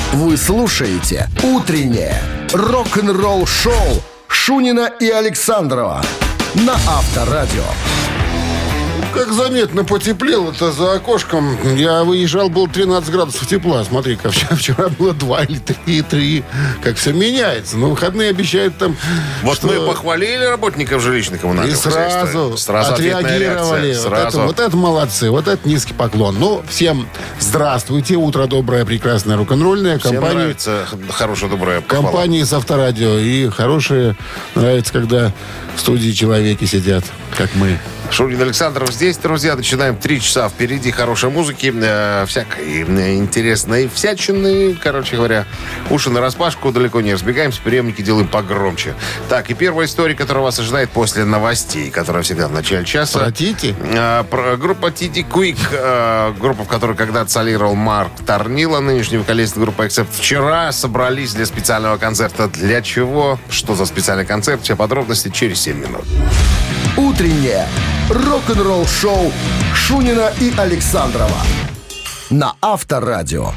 Вы слушаете «Утреннее рок-н-ролл-шоу» Шунина и Александрова на Авторадио. Как заметно потеплело-то за окошком. Я выезжал, было 13 градусов тепла. Смотри-ка, вчера было 2 или 3. Как все меняется. На выходные обещают там... Вот что... мы похвалили работников жилищных коммунальных хозяйств. И сразу отреагировали. Вот это молодцы. Вот это низкий поклон. Ну, всем здравствуйте. Утро доброе, прекрасное, рок-н-ролльное. Всем нравится хорошая, добрая похвала. Компании с Авторадио. И хорошие нравится, когда в студии человеки сидят, как мы. Шунин, Александров здесь, друзья. Начинаем 3 часа. Впереди хорошей музыки, всякой интересной всячины. Короче говоря, уши нараспашку, далеко не разбегаемся. Приемники делаем погромче. Так, и первая история, которая вас ожидает после новостей, которая всегда в начале часа. Про Тити? Группа Тити Куик. Группа, в которой когда-то солировал Марк Торнило, нынешний вокалист группы Accept. Вчера собрались для специального концерта. Для чего? Что за специальный концерт? Все подробности через 7 минут. Утреннее рок-н-ролл-шоу Шунина и Александрова на Авторадио.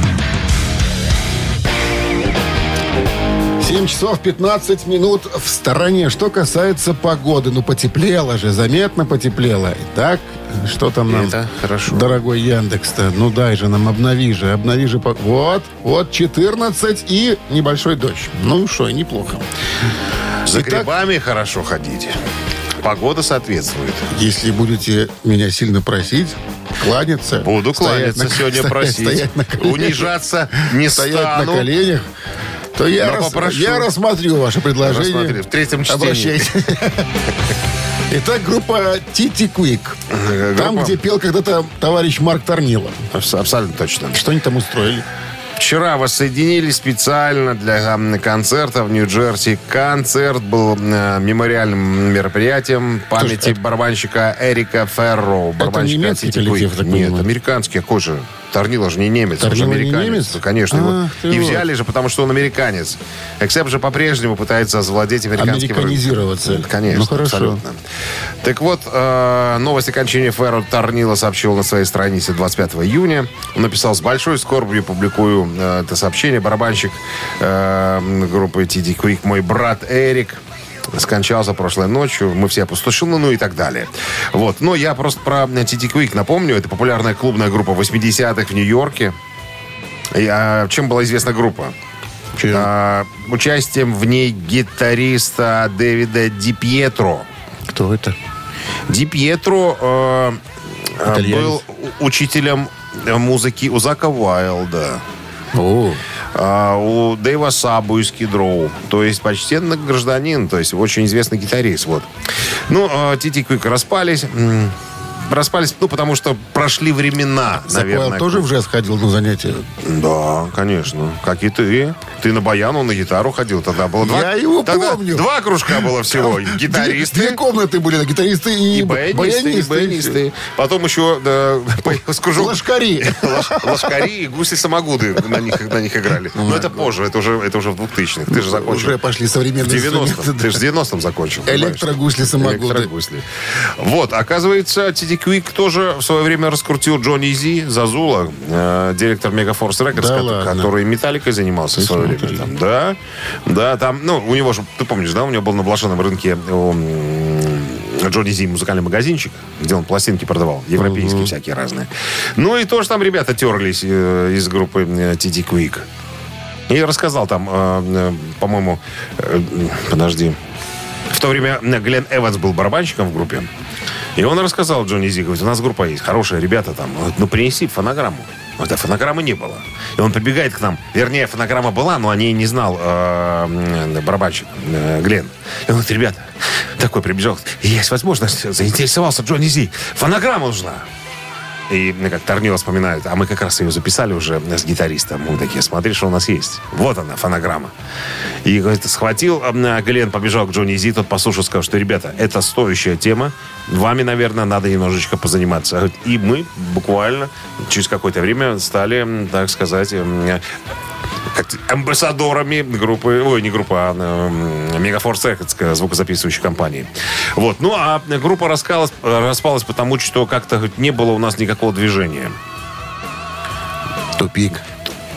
7 часов 15 минут в стороне. Что касается погоды, ну потеплело же, заметно потеплело. Итак, что там нам, это хорошо, дорогой Яндекс-то? Ну дай же нам, обнови же. Вот 14 и небольшой дождь. Ну что, неплохо. За грибами хорошо ходить. Погода соответствует. Если будете меня сильно просить, кланяться. Буду кланяться сегодня, просить. Унижаться не стану. Стоять на коленях. То я рассмотрю ваше предложение. Рассмотри. В третьем чтении. Обращайтесь. Итак, группа Тити Куик. Там, где пел когда-то товарищ Марк Торнило. Абсолютно точно. Что они там устроили? Вчера воссоединились специально для концерта в Нью-Джерси. Концерт был мемориальным мероприятием памяти барабанщика Эрика Ферро. Это немецкий коллектив, так понимаю? Нет, американский. Какой же? Торнило же не немец, он же американец. Не немец? Конечно. И взяли же, потому что он американец. Accept же по-прежнему пытается завладеть американским рынком. Американизироваться. Конечно, ну, хорошо. Абсолютно. Так вот, новость о кончине Ферро Торнило сообщил на своей странице 25 июня. Он написал: с большой скорбью публикую это сообщение. Барабанщик группы Тити Куик, мой брат Эрик, скончался прошлой ночью. Мы все опустошены, ну и так далее. Вот. Но я просто про Тити Куик напомню. Это популярная клубная группа 80-х в Нью-Йорке. Чем была известна группа? Участием в ней гитариста Дэвида Ди Пьетро. Кто это? Ди Пьетро был учителем музыки у Зака Уайлда. У Дэйва Сабу из Skid Row. То есть почтенный гражданин, то есть очень известный гитарист. Вот. Ну, Тити Куик распались, потому что прошли времена, наверное. Зак тоже в джаз ходил на занятия? Да, конечно. Как и ты. Ты на баян, он на гитару ходил. Тогда было помню. 2 кружка было всего. Гитаристы. 2 комнаты были, гитаристы и баянисты. Потом еще Лошкари. Лошкари и гусли-самогуды на них играли. Но это позже, это уже в 2000-х. Ты же закончил. Уже пошли современные инструменты. Ты же в 90-м закончил. Электрогусли-самогуды. Вот, оказывается, Тити Куик тоже в свое время раскрутил Джонни Зи Зазула, директор Мегафорс Рекордс, который Металликой занимался в свое время. Да, там, ну, у него же, ты помнишь, да, у него был на блошином рынке Джонни Зи музыкальный магазинчик, где он пластинки продавал, европейские всякие разные. Ну, и тоже там ребята терлись из группы Тити Куик. И рассказал там, по-моему, в то время Глен Эванс был барабанщиком в группе. И он рассказал Джонни Зи, говорит: у нас группа есть, хорошие ребята там, ну принеси фонограмму. Вот, а фонограммы не было. И он прибегает к нам. Вернее, фонограмма была, но о ней не знал барабанщик Глен. И он говорит: ребята, такой прибежал, есть возможность, заинтересовался Джонни Зи, фонограмма нужна. И как Торнило вспоминает, а мы как раз ее записали уже с гитаристом. Мы такие: смотри, что у нас есть. Вот она, фонограмма. И, говорит, схватил Глен, побежал к Джонни Зи, тот послушал, сказал, что, ребята, это стоящая тема. Вами, наверное, надо немножечко позаниматься. И мы буквально через какое-то время стали, так сказать, амбассадорами группы, не группы, а Мегафорс Рекордс, звукозаписывающей компании. Вот. Ну, а группа распалась потому, что как-то не было у нас никакого движения. Тупик.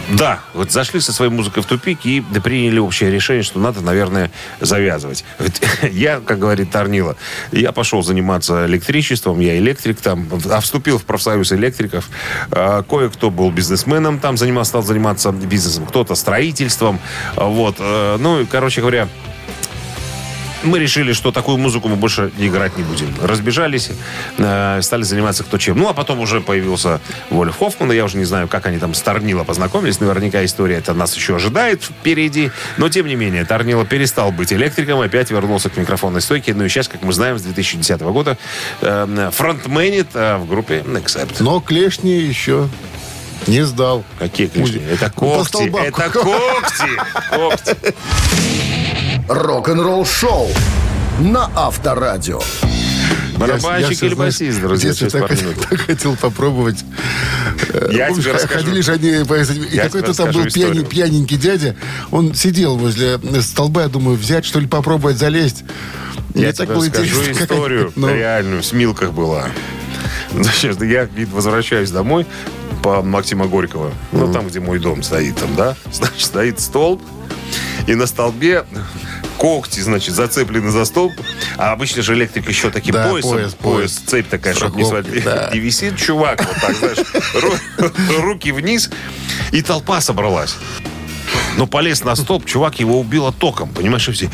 Да, вот зашли со своей музыкой в тупик и приняли общее решение, что надо, наверное, завязывать. Я, как говорит Торнило, я пошел заниматься электричеством, я электрик там, вступил в профсоюз электриков. Кое-кто был бизнесменом там, стал заниматься бизнесом, кто-то строительством. Вот. Ну, короче говоря, мы решили, что такую музыку мы больше играть не будем. Разбежались, стали заниматься кто чем. Ну, а потом уже появился Вольф Хоффман. Я уже не знаю, как они там с Торнило познакомились. Наверняка история это нас еще ожидает впереди. Но, тем не менее, Торнило перестал быть электриком, опять вернулся к микрофонной стойке. Ну и сейчас, как мы знаем, с 2010 года фронтменит в группе Accept. Но клешни еще не сдал. Какие клешни? Это когти. Это когти. Рок-н-ролл шоу на Авторадио. Барабанщик или басист, друзья, я так хотел попробовать. Я тебе расскажу. Ходили же они, и какой-то там был пьяненький дядя. Он сидел возле столба, я думаю, взять, что ли, попробовать залезть. Я тебе расскажу историю реальную. В Смилках была. Значит, я возвращаюсь домой по Максима Горького. Ну, там, где мой дом стоит, там, да. Значит, стоит столб. И на столбе когти, значит, зацеплены за столб. А обычно же электрик еще таким пояс, цепь такая, чтобы не свалить. Да. И висит чувак вот так, знаешь, руки вниз. И толпа собралась. Но полез на столб, чувак его убило током. Понимаешь, и все.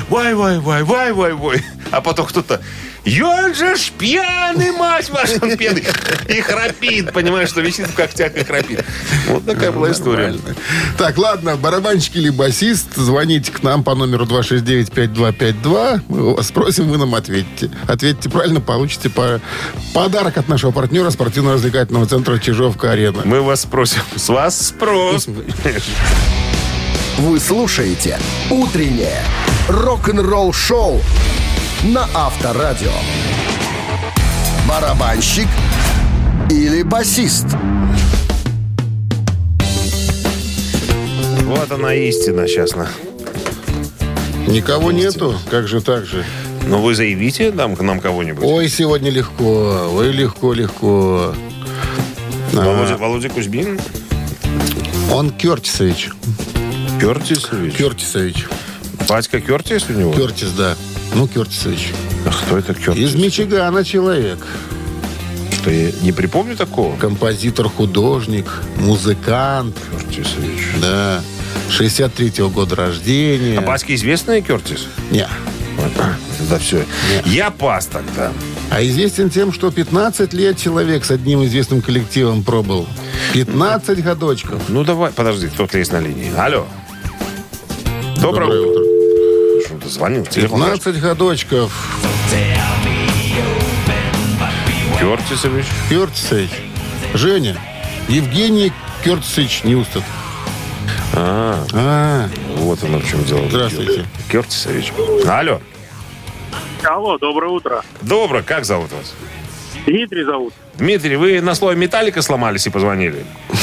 Вай. А потом кто-то... Он же ж пьяный, мать ваша, он пьяный. И храпит, понимаешь, что висит в когтях и храпит. Вот такая была история. Так, ладно, барабанщик или басист, звоните к нам по номеру 269-5252. Мы вас спросим, вы нам ответите. Ответите правильно, получите подарок от нашего партнера спортивно-развлекательного центра «Чижовка-Арена». Мы вас спросим. С вас спрос. Вы слушаете «Утреннее рок-н-ролл-шоу» на Авторадио. Барабанщик или басист? Вот она истина сейчас. Никого нету? Как же так же? Ну, вы заявите нам кого-нибудь. Ой, сегодня легко. Ой, легко. Володя Кузьмин? Он Кертисович. Кертисович. Батька Кертис у него? Кертис, да. Ну, Кертисович. А кто это Кертис? Из Мичигана человек. Что, я не припомню такого? Композитор, художник, музыкант. Кертисович. Да. 63-го года рождения. А батька известный Кертис? Не. Да все. Я пас тогда. А известен тем, что 15 лет человек с одним известным коллективом пробыл. 15 годочков. Ну, давай, подожди, кто-то есть на линии. Алло. Доброе утро. Что-то звонил. 15 годочков. Кертисович. Женя. Евгений Кертисович Ньюстед. Вот оно в чем дело. Здравствуйте. Кертисович. Алло. Алло, доброе утро. Доброе. Как зовут вас? Дмитрий зовут. Дмитрий, вы на слове «Металлика» сломались и позвонили?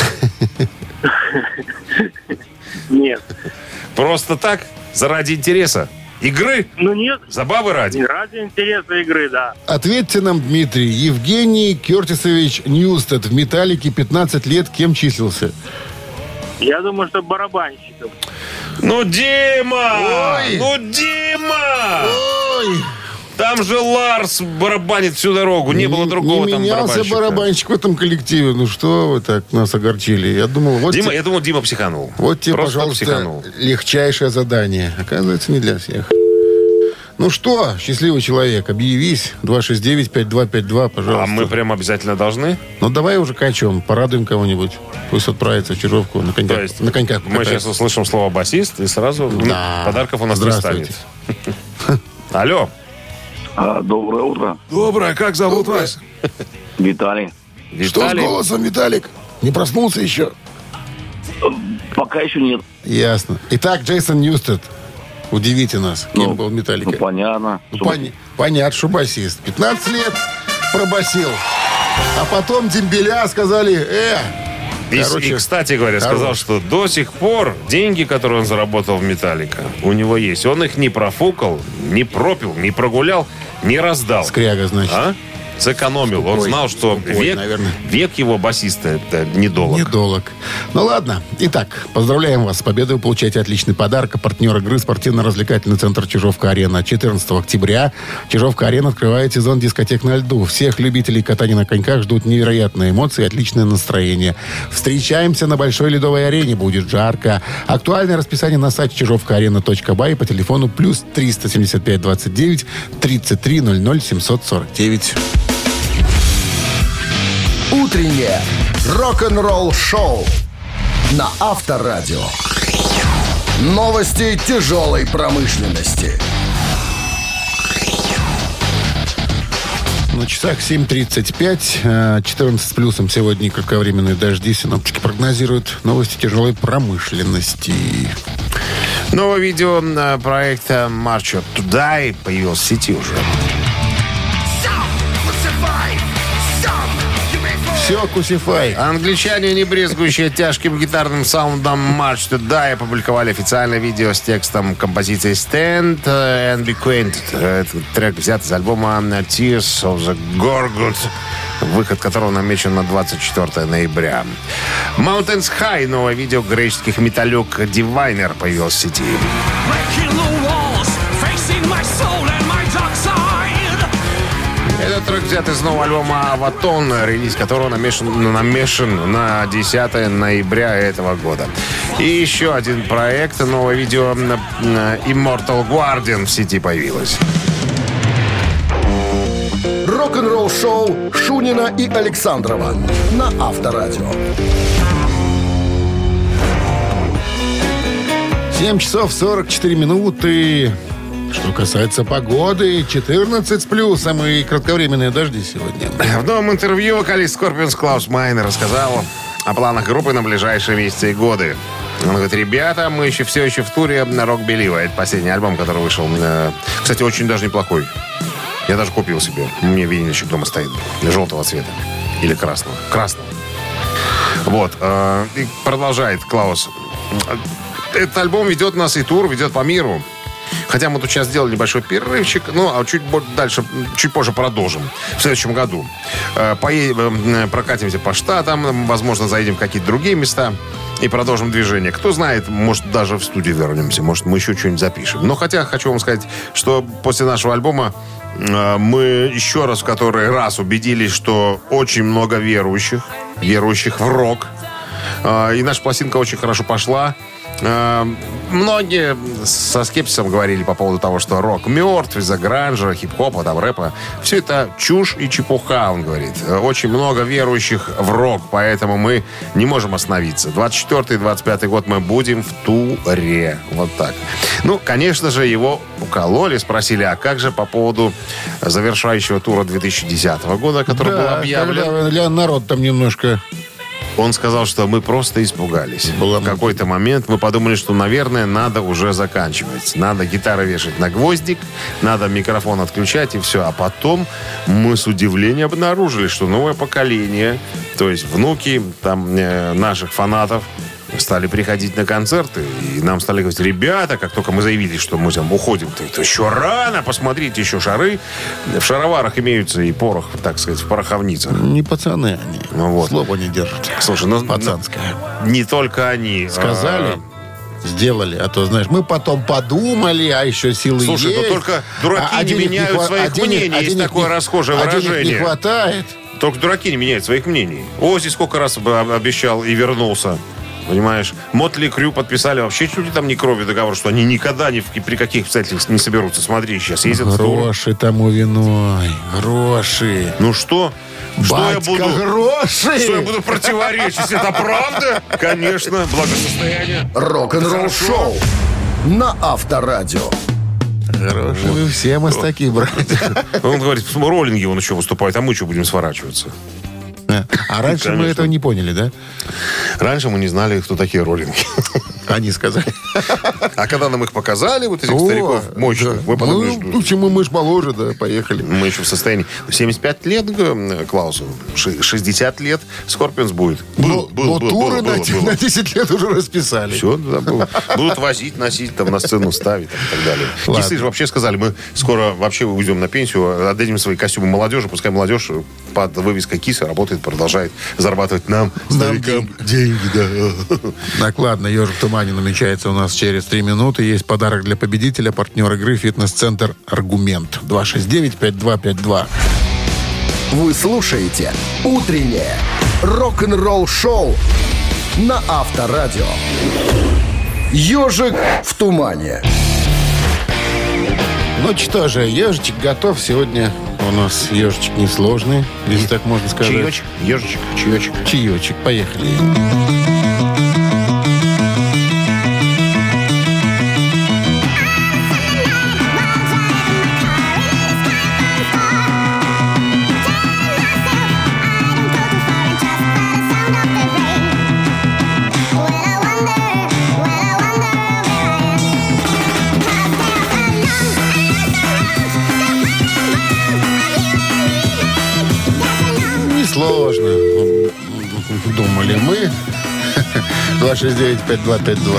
Нет. Просто так? Заради интереса? Игры? Ну нет. Забавы ради? Ради интереса игры, да. Ответьте нам, Дмитрий. Евгений Кертисович Ньюстед в «Металлике» 15 лет кем числился? Я думаю, что барабанщиком. Ну, Дима! Ой! Ну, Дима! Ой! Там же Ларс барабанит всю дорогу. Не было другого там менялся барабанщика. барабанщик в этом коллективе. Ну что вы так нас огорчили? Я думал, Дима психанул. Вот тебе, просто пожалуйста, психанул. легчайшее задание. Оказывается, не для всех. Ну что, счастливый человек, объявись. 269-5252, пожалуйста. А мы прям обязательно должны? Ну давай уже качем, порадуем кого-нибудь. Пусть отправится в Чижовку на коньках. То есть на коньках мы сейчас услышим слово «басист» и сразу подарков у нас не станет. Алло. Доброе утро. Доброе. Как зовут вас? Виталий. Что с голосом, Виталик? Не проснулся еще? Пока еще нет. Ясно. Итак, Джейсон Ньюстед. Удивите нас. Кем был Металлика? Ну, понятно. Понятно, что басист. 15 лет пробасил. А потом дембеля сказали, И, кстати говоря, сказал, что до сих пор деньги, которые он заработал в «Металлика», у него есть. Он их не профукал, не пропил, не прогулял, не раздал. Скряга, значит. А? Сэкономил. Он знал, что век его басиста это недолг. Недолг. Ну ладно. Итак, поздравляем вас с победой. Вы получаете отличный подарок. Партнер игры спортивно-развлекательный центр «Чижовка-арена». 14 октября «Чижовка-арена» открывает сезон дискотек на льду. Всех любителей катания на коньках ждут невероятные эмоции и отличное настроение. Встречаемся на Большой ледовой арене. Будет жарко. Актуальное расписание на сайте чижовкаарена.бай по телефону плюс 375 29 33 00 749. Утреннее рок-н-ролл-шоу на Авторадио. Новости тяжелой промышленности. На часах 7:35, 14 с плюсом сегодня кратковременные дожди. Синоптики прогнозируют новости тяжелой промышленности. Новое видео проекта March to Die появилось в сети уже. Все, Кусифай. Англичане, не брезгующие тяжким гитарным саундом March to Die, опубликовали официальное видео с текстом композиции Stand and Be Quainted. Этот трек взят из альбома Tears of the Gorgot, выход которого намечен на 24 ноября. Mountains High, новое видео греческих металлюк Diviner появилось в сети. Этот трек взят из нового альбома «Аватон», релиз которого намешан на 10 ноября этого года. И еще один проект, новое видео Immortal Guardian в сети появилось. Рок-н-ролл-шоу Шунина и Александрова на Авторадио. 7 часов 44 минуты. Что касается погоды, 14 с плюсом и кратковременные дожди сегодня. В новом интервью вокалист Scorpions Клаус Майнер рассказал о планах группы на ближайшие месяцы и годы. Он говорит: ребята, мы все еще в туре на Rock Believer. Это последний альбом, который вышел. Кстати, очень даже неплохой. Я даже купил себе. У меня винильщик дома стоит. Желтого цвета. Или красного. Красного. Вот. И продолжает Клаус. Этот альбом ведет нас и тур, ведет по миру. Хотя мы тут сейчас сделали небольшой перерывчик, ну, а чуть позже продолжим. В следующем году. Прокатимся по штатам, возможно, заедем в какие-то другие места и продолжим движение. Кто знает, может, даже в студию вернемся, может, мы еще что-нибудь запишем. Но хотя хочу вам сказать, что после нашего альбома мы еще раз, в который раз убедились, что очень много верующих в рок. И наша пластинка очень хорошо пошла. Многие со скепсисом говорили по поводу того, что рок мертв из-за гранжа, хип-хопа, там, рэпа. Все это чушь и чепуха, он говорит. Очень много верующих в рок, поэтому мы не можем остановиться. 24-й, 25-й год мы будем в туре. Вот так. Ну, конечно же, его укололи, спросили, а как же по поводу завершающего тура 2010 года, который был объявлен? Да, народ там немножко... Он сказал, что мы просто испугались. В какой-то момент мы подумали, что, наверное, надо уже заканчивать. Надо гитары вешать на гвоздик, надо микрофон отключать и все. А потом мы с удивлением обнаружили, что новое поколение, то есть внуки там, наших фанатов, стали приходить на концерты, и нам стали говорить: ребята, как только мы заявили, что мы там уходим, то еще рано, посмотрите, еще шары. В шароварах имеются и порох, так сказать, в пороховницах. Не пацаны они. Ну, вот. Слово не держат. Слушай, пацанское. Не только они. Сказали, сделали. А то, знаешь, мы потом подумали, а еще силы есть. Слушай, но только дураки не меняют своих мнений. Есть такое расхожее выражение. Денег не хватает. Только дураки не меняют своих мнений. Оззи сколько раз обещал и вернулся. Понимаешь, Мотли Крю подписали вообще чуть ли там не кровью договор, что они никогда ни при каких обстоятельствах не соберутся. Смотри, сейчас ездят в тур. Гроши тому виной. Гроши. Ну что? Батька, гроши! Что я буду противоречить? Это правда? Конечно, благосостояние. Рок-н-ролл-шоу на Авторадио. Гроши вы все мастаки, братья. Он говорит, роллинги он еще выступает, а мы что будем сворачиваться? А раньше мы этого не поняли, да? Раньше мы не знали, кто такие роллинги. Они сказали. А когда нам их показали, вот этих стариков мощных, мы подумали, что... мы ж моложе, да, поехали. Мы еще в состоянии... 75 лет Клаусу, 60 лет Скорпионс будет. Но туры на 10 лет уже расписали. Все, да, будут возить, носить, там на сцену ставить там, и так далее. Кисы же вообще сказали, мы скоро вообще уйдем на пенсию, отдадим свои костюмы молодежи, пускай молодежь под вывеской Кисы работает, продолжает зарабатывать нам, старикам, деньги, да. Так, ладно, «Ежик в тумане» намечается у нас через 3 минуты. Есть подарок для победителя, партнер игры «Фитнес-центр Аргумент». 269-5252. Вы слушаете «Утреннее рок-н-ролл-шоу» на Авторадио. «Ежик в тумане». Ну что же, ежичек готов. Сегодня у нас ежичек несложный, если так можно сказать. Чаечек, ежичек, чаечек. Чаечек, поехали. Сложно. Думали мы. 269-5252.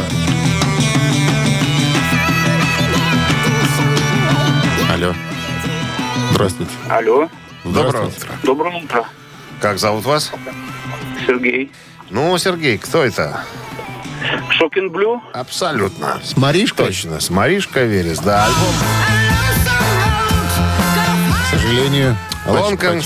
Алло. Здравствуйте. Алло. Доброе утро. Доброе утро. Как зовут вас? Сергей. Ну, Сергей, кто это? Шокин Блю. Абсолютно. С Маришкой? Точно, с Маришкой Верес, да. Альбом К сожалению. Lonesome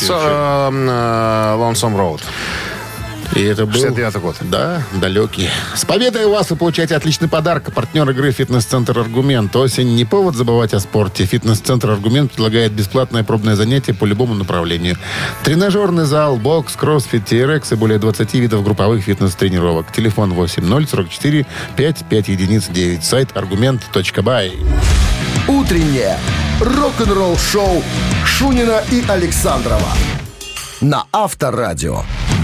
Road. И это был... 69-й год. Да, далекий. С победой у вас вы получаете отличный подарок. Партнер игры «Фитнес-центр Аргумент». Осень не повод забывать о спорте. «Фитнес-центр Аргумент» предлагает бесплатное пробное занятие по любому направлению. Тренажерный зал, бокс, кроссфит, TRX и более 20 видов групповых фитнес-тренировок. Телефон 8044 5519. Сайт argument.by. Утреннее рок-н-ролл-шоу Шунина и Александрова на Авторадио.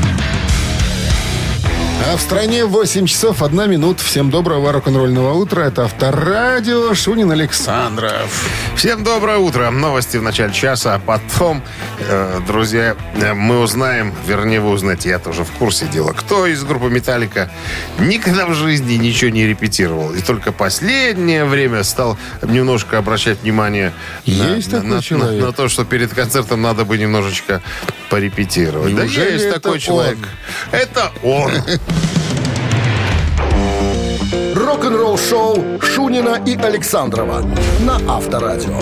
А в стране 8 часов 1 минута. Всем доброго рок-н-ролльного утра. Это Авторадио. Шунин, Александров. Всем доброе утро. Новости в начале часа. А потом, друзья, мы узнаем, вернее, вы узнаете, я тоже в курсе дела, кто из группы «Металлика» никогда в жизни ничего не репетировал. И только последнее время стал немножко обращать внимание на то, что перед концертом надо бы немножечко порепетировать. Неужели да есть это такой человек. Это он. Рок-н-ролл-шоу Шунина и Александрова на Авторадио.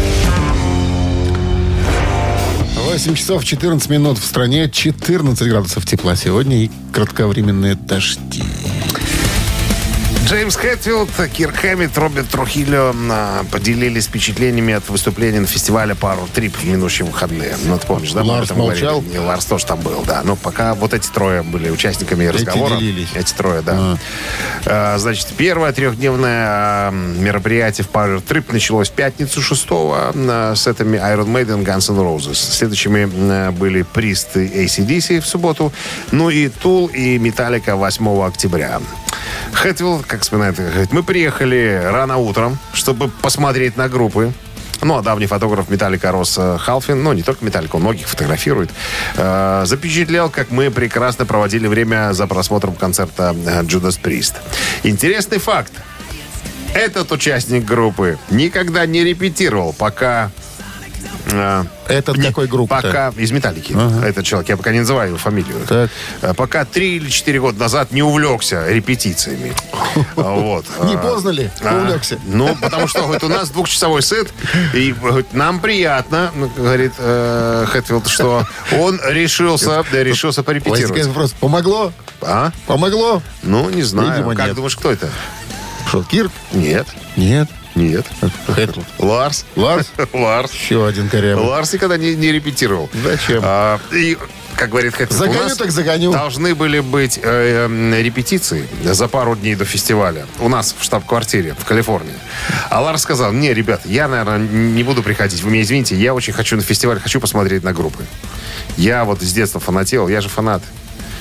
8 часов 14 минут в стране, 14 градусов тепла сегодня и кратковременные дожди. Джеймс Хэтфилд, Кирк Хэммит, Роберт Трухильо поделились впечатлениями от выступления на фестивале Power Trip в минувшие выходные. Ну, ты помнишь, да? Ларс молчал? И Ларс тоже там был, да. Но пока вот эти трое были участниками разговора. Эти трое, да. Значит, первое трехдневное мероприятие в Power Trip началось в пятницу 6-го с сетами Iron Maiden, Guns N' Roses. Следующими были Priest и AC/DC в субботу. Ну и Tool и Metallica 8 октября. Хэтфилд, как вспоминает, говорит, мы приехали рано утром, чтобы посмотреть на группы. Ну, а давний фотограф Металлика Росс Халфин, ну, не только Металлика, он многих фотографирует, запечатлел, как мы прекрасно проводили время за просмотром концерта Judas Priest. Интересный факт. Этот участник группы никогда не репетировал, пока... Этот какой группы? Пока из «Металлики». Ага. Этот человек, я пока не называю его фамилию. Так. Пока 3 или 4 года назад не увлекся репетициями. Вот. Не поздно ли увлекся? Ну, потому что у нас 2-часовой сет, и нам приятно, говорит Хэтфилд, что он решился порепетировать. Вопрос, помогло? А? Помогло? Ну, не знаю. Видимо, как нет. думаешь, кто это? Что, Кирк? Нет. Нет. Нет. Хэтфилд. Ларс. Ларс? Ларс. Еще один корявый. Ларс никогда не репетировал. Зачем? И, как говорит Хэтфилд, загоню, у нас так загоню. должны были быть репетиции за пару дней до фестиваля. У нас в штаб-квартире в Калифорнии. А Ларс сказал, не, ребят, я, наверное, не буду приходить. Вы меня извините, я очень хочу на фестиваль, хочу посмотреть на группы. Я вот с детства фанател, я же фанат.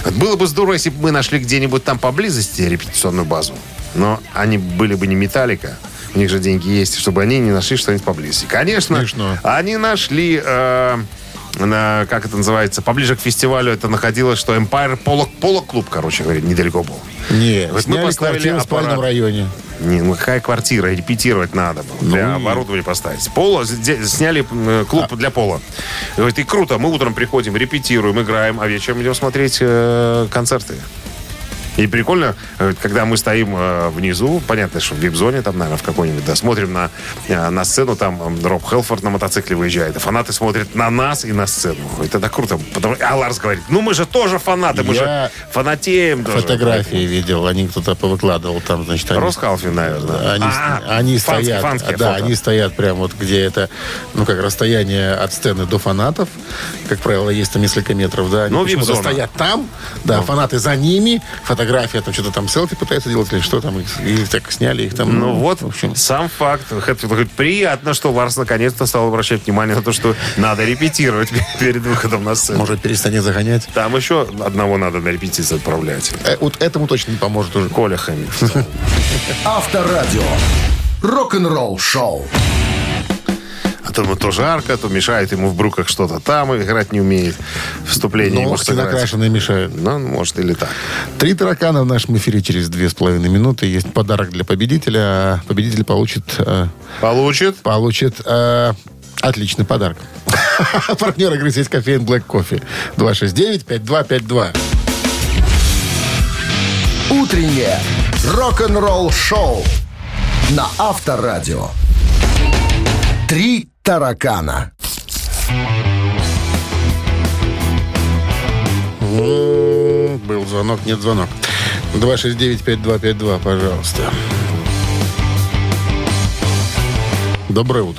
Вот было бы здорово, если бы мы нашли где-нибудь там поблизости репетиционную базу. Но они были бы не Металлика. У них же деньги есть, чтобы они не нашли что-нибудь поблизости. Конечно, Смешно. они нашли... как это называется, поближе к фестивалю это находилось, что Empire Поло-клуб, короче говоря, недалеко был. Не, Вот мы сняли поставили квартиру в спальном аппарат. районе. Не, ну какая квартира? Репетировать надо было. Для оборудования поставить. Поло, сняли клуб для пола. Говорит, и круто, мы утром приходим, репетируем, играем, а вечером идем смотреть концерты. И прикольно, когда мы стоим внизу, понятно, что в вип-зоне, там, наверное, в какой-нибудь, да, смотрим на сцену, там Роб Хелфорд на мотоцикле выезжает, и фанаты смотрят на нас и на сцену. Это так круто. А Ларс говорит, ну мы же тоже фанаты, мы же фанатеем. Фотографии видел, они кто-то повыкладывал там, значит, они... Росхалфин, наверное. Они стоят, фанские да, фото. они стоят прямо вот где это, ну как расстояние от сцены до фанатов, как правило, есть там несколько метров, да, они Ну, почему-то вип-зона. стоят там, да, фанаты за ними, фотография, там что-то там селфи пытаются делать или что там, и так сняли их там. Ну вот, в общем. сам факт. Хэтфилд говорит, приятно, что Ларс наконец-то стал обращать внимание на то, что надо репетировать перед выходом на сцену. Может, перестанет загонять. Там еще одного надо на репетицию отправлять. Вот этому точно не поможет уже. Коля Хэмилл. Авторадио. Рок-н-ролл шоу. А то ему то жарко, то мешает ему в брюках что-то там, играть не умеет. Вступление не может Ногти играть. накрашенные мешают. Ну, может, или так. 3 таракана в нашем эфире через 2,5 минуты. Есть подарок для победителя. А победитель получит Получит. отличный подарок. Партнер игры сеть кофеин Black Coffee. 269-5252. Утреннее рок-н-ролл шоу на Авторадио. 3 таракана. Был звонок, нет звонок. 269-5252, пожалуйста. Доброе утро.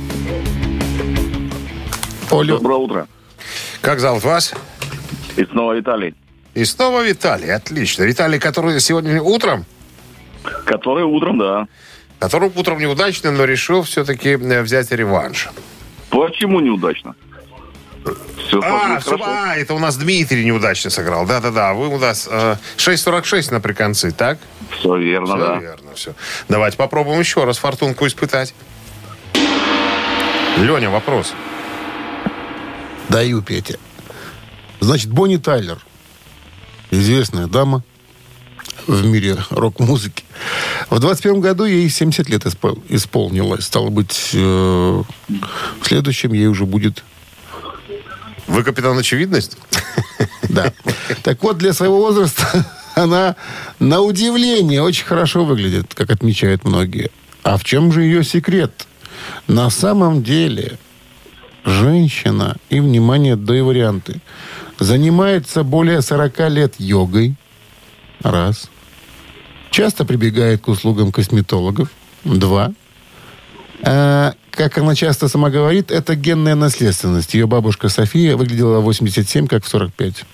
Олю. Доброе утро. Как зовут вас? И снова Виталий. И снова Виталий. Отлично. Виталий, который сегодня утром, Который утром, да. который утром неудачно, но решил все-таки взять реванш. Почему неудачно? Все хорошо. Это у нас Дмитрий неудачно сыграл. Да-да-да. Вы у нас 6.46 на приконцы, так? Все верно, Все да. верно, все. Давайте попробуем еще раз фортунку испытать. Леня, вопрос. Даю, Петя. Значит, Бонни Тайлер. Известная дама в мире рок-музыки. В 21 году ей 70 лет исполнилось. Стало быть, в следующем ей уже будет... Вы капитан очевидность? Да. Так вот, для своего возраста она, на удивление, очень хорошо выглядит, как отмечают многие. А в чем же ее секрет? На самом деле, женщина, и, внимание, да и варианты, занимается более 40 лет йогой. Раз. Часто прибегает к услугам косметологов. Два. Как она часто сама говорит, это генная наследственность. Ее бабушка София выглядела в 87, как в 45.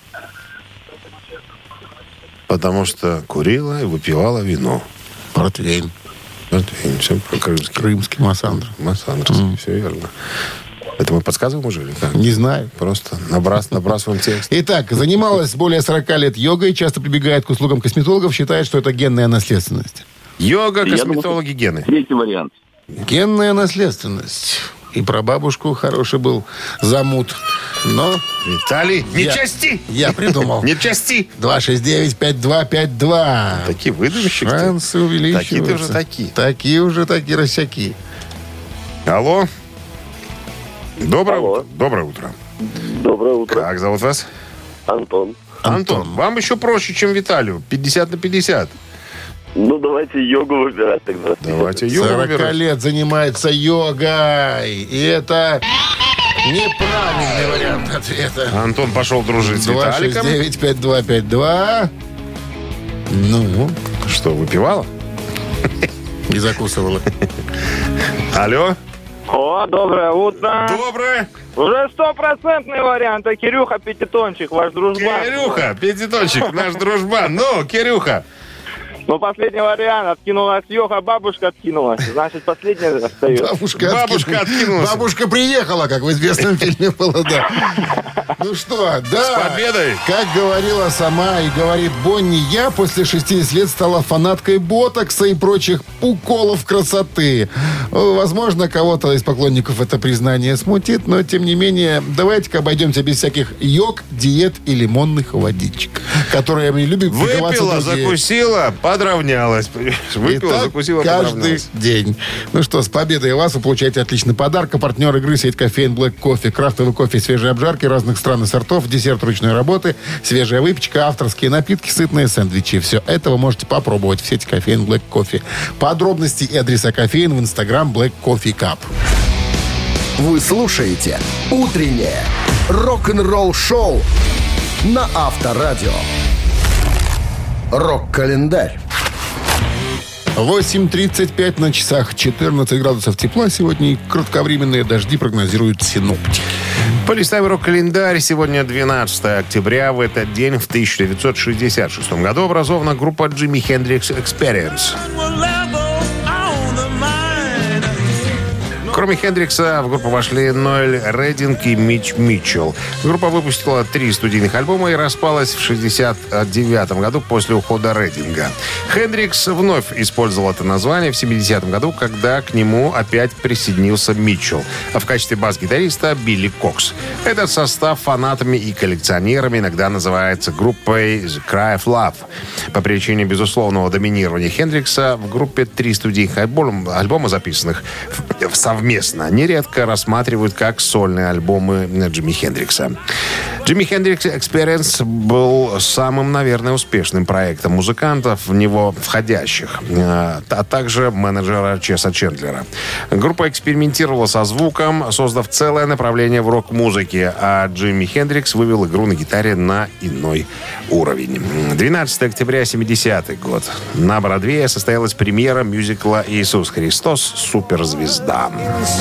Потому что курила и выпивала вино. Портвейн. Все по-крымски. Крымский массандр. Массандровский, все верно. Это мы подсказываем уже или как? Не знаю. Просто набрасываем текст. Итак, занималась более 40 лет йогой, часто прибегает к услугам косметологов, считает, что это генная наследственность. Йога, Я косметологи, гены. Третий вариант. Генная наследственность. И про бабушку хороший был замут. Но Виталий, не части! я придумал. Не части! 269-5252. Такие выдумщики. Шансы увеличиваются. Такие-то уже такие. Такие уже такие росяки. Алло. Доброе Алло. утро. Доброе утро. Доброе утро. Как зовут вас? Антон. Антон. Вам еще проще, чем Виталию. 50 на 50. Ну, давайте йогу выбирать тогда. Давайте йогу 40 выбирать. лет занимается йогой. И это неправильный вариант ответа. Антон пошел дружить с Виталиком. 269-5252. Ну, Что, выпивала? не закусывала. Алло. О, доброе утро. Доброе. Уже 100% вариант. А Кирюха Пятитончик, ваш дружбан. Кирюха, пятитончик, наш дружбан. Ну, Кирюха. Ну, последний вариант. Откинулась Йоха, бабушка откинулась. Значит, последняя остается. Бабушка откинулась. Бабушка приехала, как в известном фильме было, да. Ну что, да. С победой. Как говорила сама и говорит Бонни, я после 60 лет стала фанаткой ботокса и прочих уколов красоты. Возможно, кого-то из поклонников это признание смутит, но, тем не менее, давайте-ка обойдемся без всяких йог, диет и лимонных водичек, которые мы любим фиговаться Выпила, другие. закусила, подравнялась. Выпила, Итак, закусила, каждый подравнялась. день. Ну что, с победой вас вы получаете отличный подарок. А партнер игры сеть кофеин Black Coffee. Крафтовый кофе, свежие обжарки разных стран и сортов, десерт ручной работы, свежая выпечка, авторские напитки, сытные сэндвичи. Все это вы можете попробовать в сети кофеин Black Coffee. Подробности и адреса кофеин в Instagram Black Coffee Cup. Вы слушаете «Утреннее рок-н-ролл-шоу» на Авторадио. Рок-календарь. 8:35 на часах, 14 градусов тепла сегодня и кратковременные дожди прогнозируют синоптики. Полистаем рок-календарь. Сегодня 12 октября. В этот день, в 1966 году, образована группа Jimi Hendrix Experience. Кроме Хендрикса, в группу вошли Ноэль Рединг и Митч Митчелл. Группа выпустила 3 студийных альбома и распалась в 1969 году после ухода Рединга. Хендрикс вновь использовал это название в 70-м году, когда к нему опять присоединился Митчелл, а в качестве бас-гитариста Билли Кокс. Этот состав фанатами и коллекционерами иногда называется группой The Cry of Love. По причине безусловного доминирования Хендрикса в группе 3 студийных альбома, записанных совместно, нередко рассматривают как сольные альбомы Джимми Хендрикса. Jimi Hendrix Experience был самым, наверное, успешным проектом музыкантов, в него входящих, а также менеджера Чеса Чендлера. Группа экспериментировала со звуком, создав целое направление в рок-музыке, а Джимми Хендрикс вывел игру на гитаре на иной уровень. 12 октября 70-й год. На Бродвее состоялась премьера мюзикла «Иисус Христос. Суперзвезда».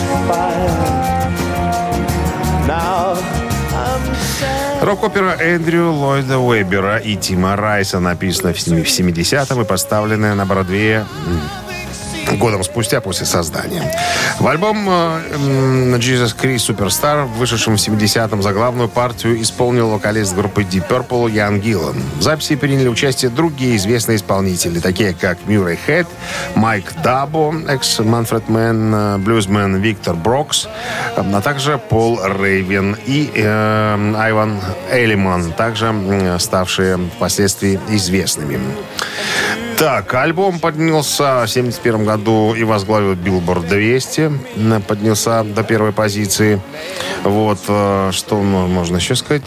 Рок-опера Эндрю Ллойда Уэббера и Тима Райса, написанная в 70-м и поставленная на Бродвее годом спустя после создания. В альбом «Jesus Christ Superstar», вышедшем в 70-м, заглавную партию исполнил вокалист группы Deep Purple Ян Гиллан. В записи приняли участие другие известные исполнители, такие как Мюррей Хэт, Майк Дабо, экс-Манфред Мэн, блюзмен Виктор Брокс, а также Пол Рейвен и Айван Эллиман, также ставшие впоследствии известными. Так, альбом поднялся в 1971 году и возглавил Billboard 200. Поднялся до первой позиции. Вот, что можно еще сказать?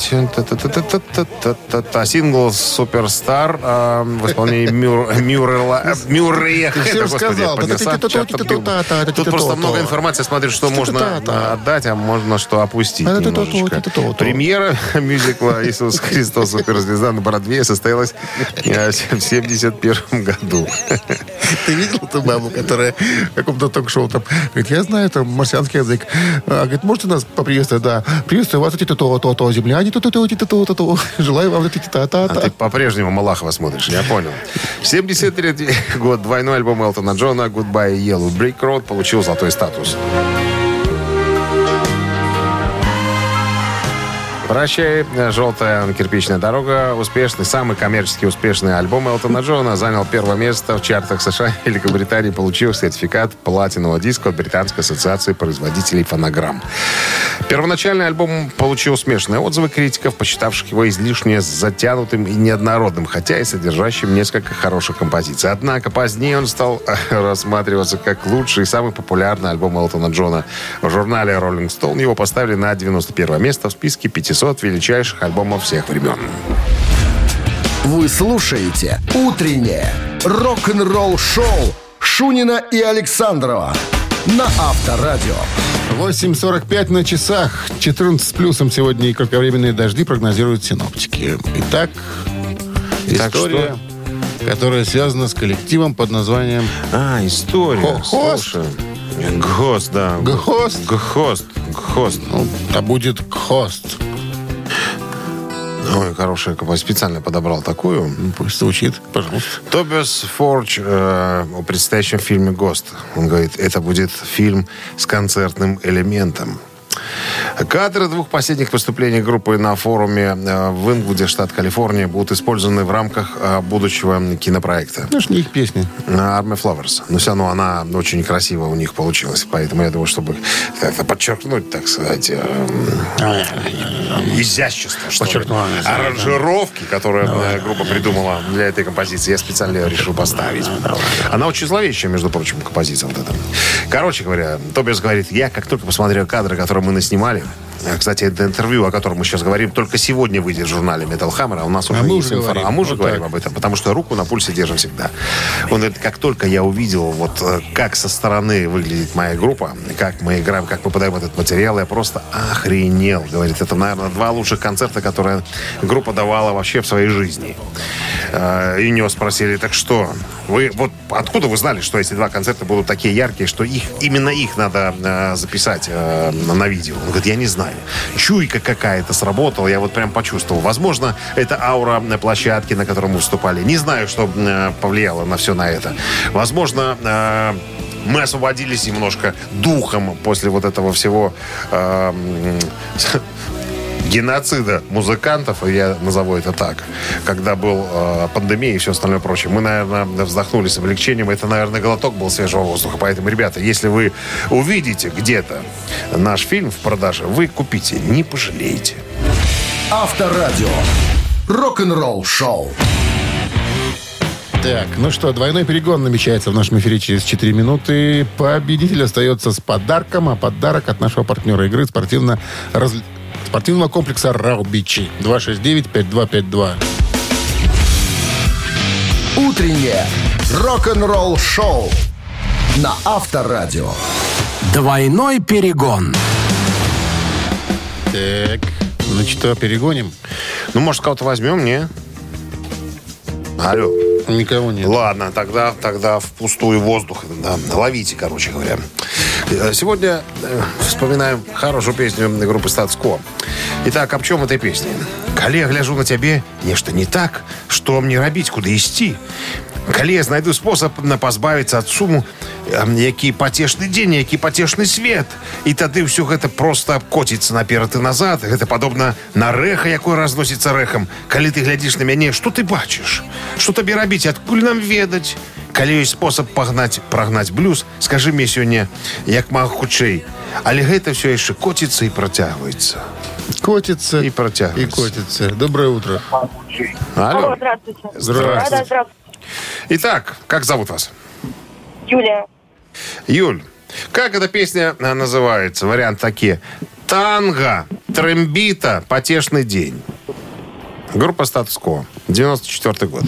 Сингл «Суперстар» в исполнении Мюррея. Ты все сказал. Тут просто много информации. Смотрю, что можно отдать, а можно что опустить немножечко. Премьера мюзикла «Иисус Христос. Суперзвезда» на Бродвее состоялась в 1971 году. Ты видел эту бабу, которая в каком-то ток-шоу там говорит, я знаю там марсианский язык. А говорит, можете нас поприветствовать? Да. Приветствую вас, то земляне, то. Желаю вам та-та-та. А ты по-прежнему Малахова смотришь, я понял. 73-й год. Двойной альбом Элтона Джона «Goodbye Yellow Brick Road» получил золотой статус. «Прощай, желтая кирпичная дорога». Успешный, самый коммерчески успешный альбом Элтона Джона занял первое место в чартах США и Великобритании, получив сертификат платинового диска от Британской ассоциации производителей фонограмм. Первоначальный альбом получил смешанные отзывы критиков, посчитавших его излишне затянутым и неоднородным, хотя и содержащим несколько хороших композиций. Однако позднее он стал рассматриваться как лучший и самый популярный альбом Элтона Джона. В журнале Rolling Stone его поставили на 91 место в списке 500 величайших альбомов всех времен. Вы слушаете «Утреннее рок-н-ролл-шоу» Шунина и Александрова на Авторадио. 8:45 на часах. 14 с плюсом сегодня и кратковременные дожди прогнозируют синоптики. Итак, история, которая связана с коллективом под названием... История. Хост. Гост, да. Гхост. Гхост. Ну, а будет Хост. Ой, хорошая композиция. Специально подобрал такую. Пусть звучит, пожалуйста. Тобиас Фордж о предстоящем фильме «Гост». Он говорит, это будет фильм с концертным элементом. Кадры 2 последних выступлений группы на форуме в Инвуде, штат Калифорния, будут использованы в рамках будущего кинопроекта. Ну, это не их песни. Army Flowers. Но все равно она очень красиво у них получилась. Поэтому я думаю, чтобы как-то подчеркнуть, так сказать, изящество, что ли. Аранжировки, которые группа придумала для этой композиции, я специально решил поставить. Она очень зловещая, между прочим, композиция вот эта. Короче говоря, Тобиас говорит, я как только посмотрел кадры, которые мы наснимали, кстати, это интервью, о котором мы сейчас говорим, только сегодня выйдет в журнале Metal Hammer, а у нас уже есть информация. А мы уже говорим об этом, потому что руку на пульсе держим всегда. Он говорит, как только я увидел, вот как со стороны выглядит моя группа, как мы играем, как мы подаем этот материал, я просто охренел. Говорит, это, наверное, 2 лучших концерта, которые группа давала вообще в своей жизни. И у него спросили, так что, вы вот откуда вы знали, что эти 2 концерта будут такие яркие, что именно их надо записать на видео? Он говорит, я не знаю. Чуйка какая-то сработала, я вот прям почувствовал. Возможно, это аура площадки, на которой мы выступали. Не знаю, что повлияло на все на это. Возможно, мы освободились немножко духом после вот этого всего геноцида музыкантов, я назову это так, когда был пандемия и все остальное прочее. Мы, наверное, вздохнули с облегчением. Это, наверное, глоток был свежего воздуха. Поэтому, ребята, если вы увидите где-то наш фильм в продаже, вы купите, не пожалеете. Авторадио. Рок-н-ролл шоу. Так, ну что, двойной перегон намечается в нашем эфире через 4 минуты. Победитель остается с подарком, а подарок от нашего партнера игры спортивного комплекса «Раубичи». 269-5252. Утреннее рок-н-ролл шоу на Авторадио. Двойной перегон. Так, ну что, перегоним? Ну, может, кого-то возьмем, не? Алло. Никого нет. Ладно, тогда впустую воздух. Да, ловите, короче говоря. Сегодня вспоминаем хорошую песню группы «Статус-Кво». Итак, об чем этой песне? «Калі гляжу на тебе, нешта не так, что мне робить, куда ісці? Калі я знайду способ пазбавіцца ад суму, які пацешны дзень, які пацешны свет, і тады ўсё гэта просто коціцца наперад і назад. Гэта падобна на рэха, якое разносіцца рэхам. Калі ты глядзіш на мяне, што ты бачыш? Што табе рабіць, адкуль нам ведаць? Калі ёсць спосаб прагнаць блюз, скажы мне сёння, як мага хутчэй. Але гэта ўсё яшчэ коціцца і працягваецца». Котится и протягивается. И котится. Доброе утро. Алло. Здравствуйте. Здравствуйте. Да, здравствуйте. Итак, как зовут вас? Юлия. Юль, как эта песня называется? Вариант такие. «Танго», «Трембита», «Потешный день». Группа «Статус-Кво». 94-й год.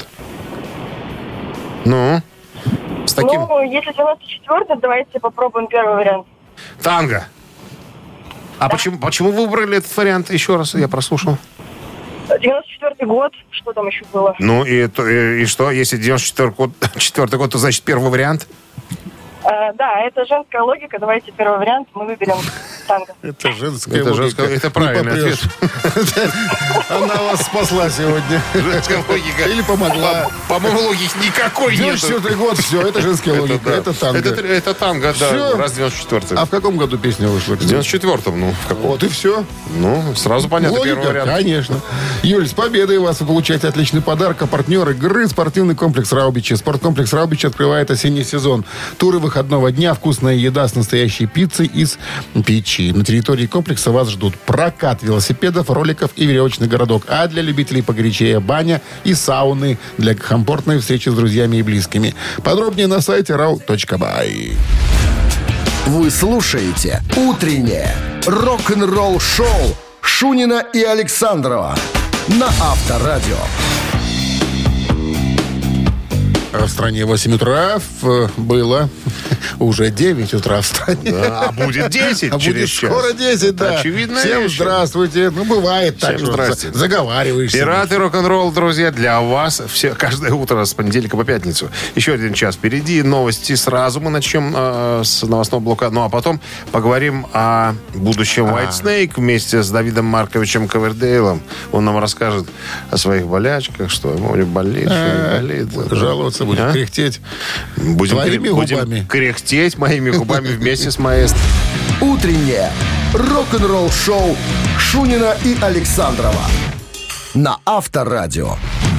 Ну, с таким... Ну, если 94-й, давайте попробуем первый вариант. «Танго». А да. Почему вы выбрали этот вариант? Еще раз, я прослушал. 94-й год, что там еще было? Ну, и что? Если 94-й год, то значит первый вариант? Да, это женская логика. Давайте первый вариант. Мы выберем «Танго». Это женская логика. Это правильный ответ. Она вас спасла сегодня. Женская логика. Или помогла. По-моему, логики никакой нет. 94-й год, все, это женская логика. Это «Танго». Это «Танго», да. Раз 94-й. А в каком году песня вышла? В 94-м, ну. Вот и все. Ну, сразу понятно, первый вариант. Конечно. Юль, с победой вас! Вы получаете отличный подарок. А партнер игры — спортивный комплекс «Раубичи». Спорткомплекс «Раубичи» открывает осенний сезон. Туры выходного дня, вкусная еда с настоящей пиццей из печи. На территории комплекса вас ждут прокат велосипедов, роликов и веревочный городок. А для любителей погорячее — баня и сауны для комфортной встречи с друзьями и близкими. Подробнее на сайте rau.by. Вы слушаете «Утреннее рок-н-ролл-шоу» Шунина и Александрова на Авторадио. В стране 8 утра было уже 9 утра в стране. Да, а будет 10 а через будет час. скоро 10, да. Очевидная Всем вещь. здравствуйте. Ну, бывает так, Всем что здрасте. заговариваешься. Пираты рок-н-ролл, друзья, для вас все, каждое утро с понедельника по пятницу. Еще один час впереди. Новости сразу мы начнем с новостного блока. Ну, а потом поговорим о будущем White Snake вместе с Давидом Марковичем Ковердейлом. Он нам расскажет о своих болячках, что ему болит, что не болит. Жаловаться будем, кряхтеть. Твоими Будем губами. кряхтеть моими губами вместе с маэстро. Утреннее рок-н-ролл-шоу Шунина и Александрова на Авторадио.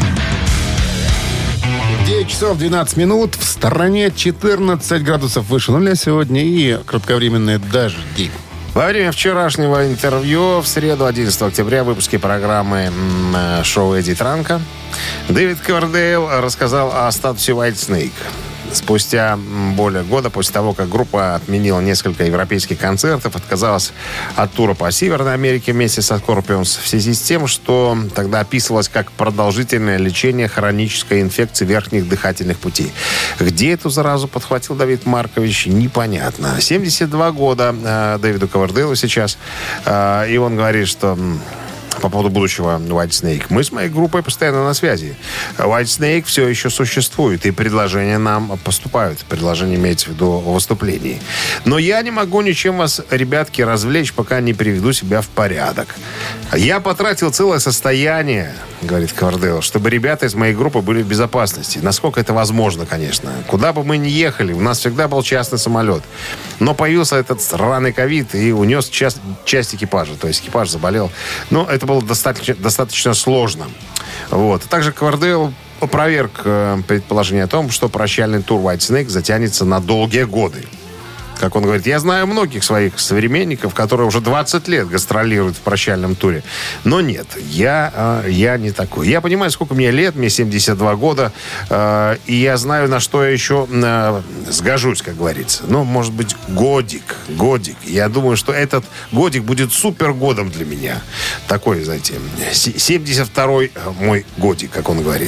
9 часов 12 минут. В стороне 14 градусов выше нуля сегодня и кратковременные дожди. Во время вчерашнего интервью в среду, 11 октября, в выпуске программы шоу Эдди Транка Дэвид Ковердейл рассказал о статусе White Snake. Спустя более года после того, как группа отменила несколько европейских концертов, отказалась от тура по Северной Америке вместе со Scorpions в связи с тем, что тогда описывалось как продолжительное лечение хронической инфекции верхних дыхательных путей. Где эту заразу подхватил Давид Маркович, непонятно. 72 года Дэвиду Ковердейлу сейчас, и он говорит, что... По поводу будущего White Snake. Мы с моей группой постоянно на связи. White Snake все еще существует, и предложения нам поступают. Предложение имеется в виду о выступлении. Но я не могу ничем вас, ребятки, развлечь, пока не приведу себя в порядок. Я потратил целое состояние, говорит Ковердейл, чтобы ребята из моей группы были в безопасности. Насколько это возможно, конечно. Куда бы мы ни ехали, у нас всегда был частный самолет. Но появился этот сраный ковид и унес часть экипажа. То есть экипаж заболел. Но это было достаточно сложно. Вот. Также Ковердейл опроверг предположение о том, что прощальный тур White Snake затянется на долгие годы. Как он говорит, я знаю многих своих современников, которые уже 20 лет гастролируют в прощальном туре. Но нет, я не такой. Я понимаю, сколько мне лет, мне 72 года, и я знаю, на что я еще сгожусь, как говорится. Ну, может быть, годик. Я думаю, что этот годик будет супер годом для меня. Такой, знаете, 72-й мой годик, как он говорит.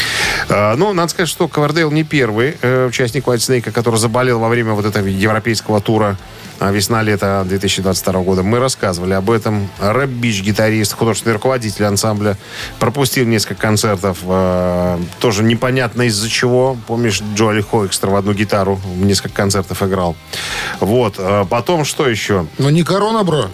Ну, надо сказать, что Ковердейл не первый участник White Snake, который заболел во время вот этого европейского тура весна-лето 2022 года. Мы рассказывали об этом. Рэп Бич, гитарист, художественный руководитель ансамбля, пропустил несколько концертов. Тоже непонятно из-за чего. Помнишь, Джоэли Хоэкстер в одну гитару в несколько концертов играл. Вот. Потом что еще? Ну, не корона, бро.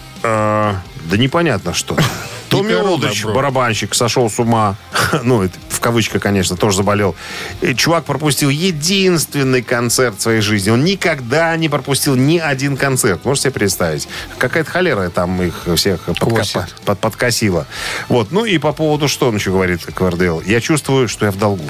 Да непонятно что. Томми Олдрич, барабанщик, сошел с ума. Ну, это в кавычках, конечно, тоже заболел. И чувак пропустил единственный концерт в своей жизни. Он никогда не пропустил ни один концерт. Можете себе представить? Какая-то холера там их всех подкосила. Вот. Ну и по поводу, что он еще говорит, Ковердейл. Я чувствую, что я в долгу.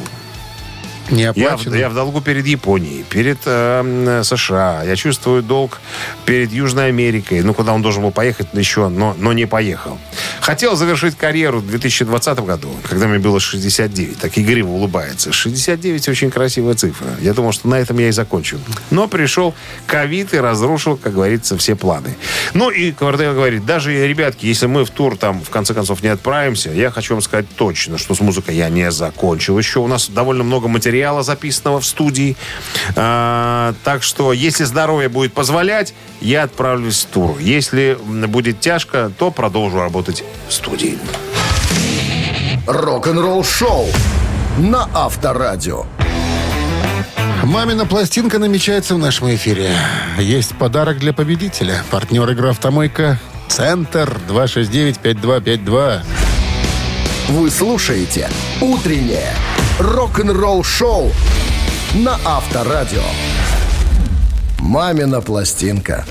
Я в долгу перед Японией, перед США. Я чувствую долг перед Южной Америкой. Ну, куда он должен был поехать еще, но не поехал. Хотел завершить карьеру в 2020 году, когда мне было 69. Так игриво улыбается. 69 очень красивая цифра. Я думал, что на этом я и закончу. Но пришел ковид и разрушил, как говорится, все планы. Ну, и Ковердейл говорит, даже, ребятки, если мы в тур там, в конце концов, не отправимся, я хочу вам сказать точно, что с музыкой я не закончил еще. У нас довольно много материала, записанного в студии. Так что, если здоровье будет позволять, я отправлюсь в тур. Если будет тяжко, то продолжу работать в студии. Рок-н-ролл-шоу на Авторадио. «Мамина пластинка» намечается в нашем эфире. Есть подарок для победителя. Партнер игры «Автомойка». Центр 269-5252. Вы слушаете «Утреннее рок-н-ролл-шоу» на Авторадио. «Мамина пластинка».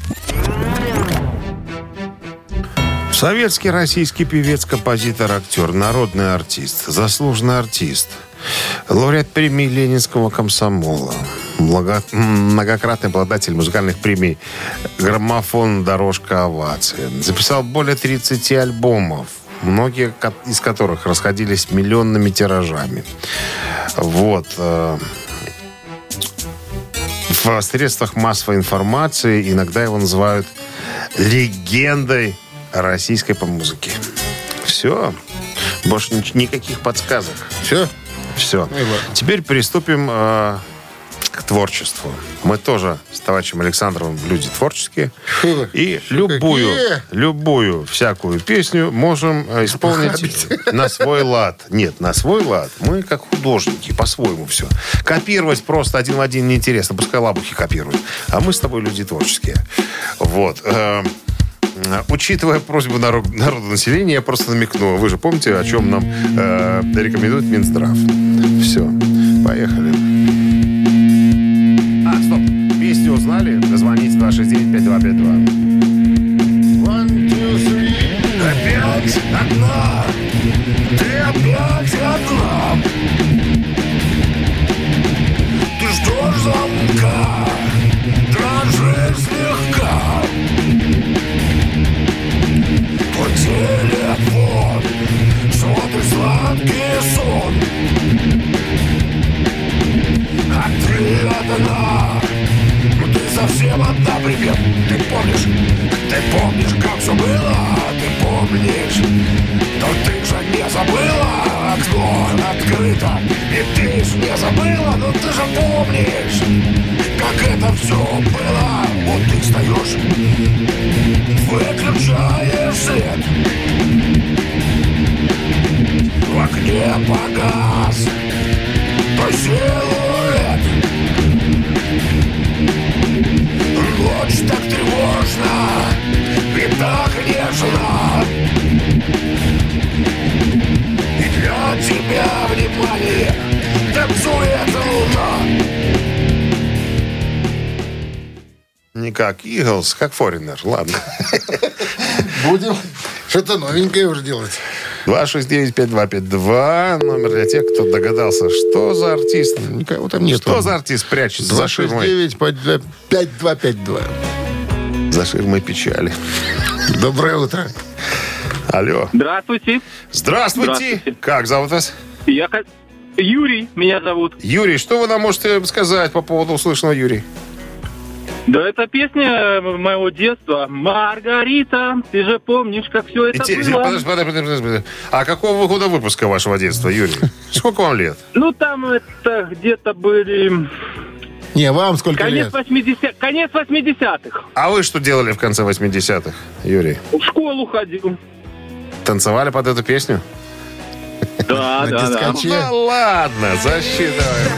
Советский российский певец, композитор, актер, народный артист, заслуженный артист, лауреат премии Ленинского комсомола, многократный обладатель музыкальных премий «Граммофон», «Дорожка», «Овация». Записал более 30 альбомов, многие из которых расходились миллионными тиражами. Вот. В средствах массовой информации иногда его называют легендой российской по музыке. Все. Больше никаких подсказок. Все? Все. Теперь приступим к творчеству. Мы тоже с товарищем Александровым люди творческие. И любую всякую песню можем исполнить на свой лад. Нет, на свой лад. Мы как художники, по-своему все. Копировать просто один в один неинтересно. Пускай лабухи копируют. А мы с тобой люди творческие. Вот. Учитывая просьбу народонаселения, я просто намекну. Вы же помните, о чем нам рекомендует Минздрав. Все. Поехали. Стоп. Песню узнали? Дозвоните 269-5252. Опять одна. Ты опять одна. Ты ждешь звонка. Дрожишь слегка. Твой телефон. Смотришь сладкий сон. А ты одна. Ну ты совсем одна, привет. Ты помнишь, как все было? Ты помнишь? Но ты же не забыла. Окно открыто. И ты ж не забыла. Но ты же помнишь, как это все было. Вот ты встаешь, выключаешь свет. В окне погас твой силуэт. Ночь так тревожна и так нежна. И для тебя внимание танцует луна. Не как Eagles, как Foreigner. Ладно. Будем что-то новенькое уже делать. 269-5252. Номер для тех, кто догадался, что за артист. Никого там нет. Что за артист прячется за ширмой? 269-5252. За ширмой печали. Доброе утро. Алло. Здравствуйте. Здравствуйте. Как зовут вас? Юрий меня зовут. Юрий, что вы нам можете сказать по поводу услышанного, Юрий? Да, это песня моего детства. Маргарита, ты же помнишь, как все это было? Подожди. А какого года выпуска вашего детства, Юрий? Сколько вам лет? Ну, там это где-то были... Не, вам сколько лет? Конец 80-х. А вы что делали в конце 80-х, Юрий? В школу ходил. Танцевали под эту песню? Да. Ну ладно, засчитываем.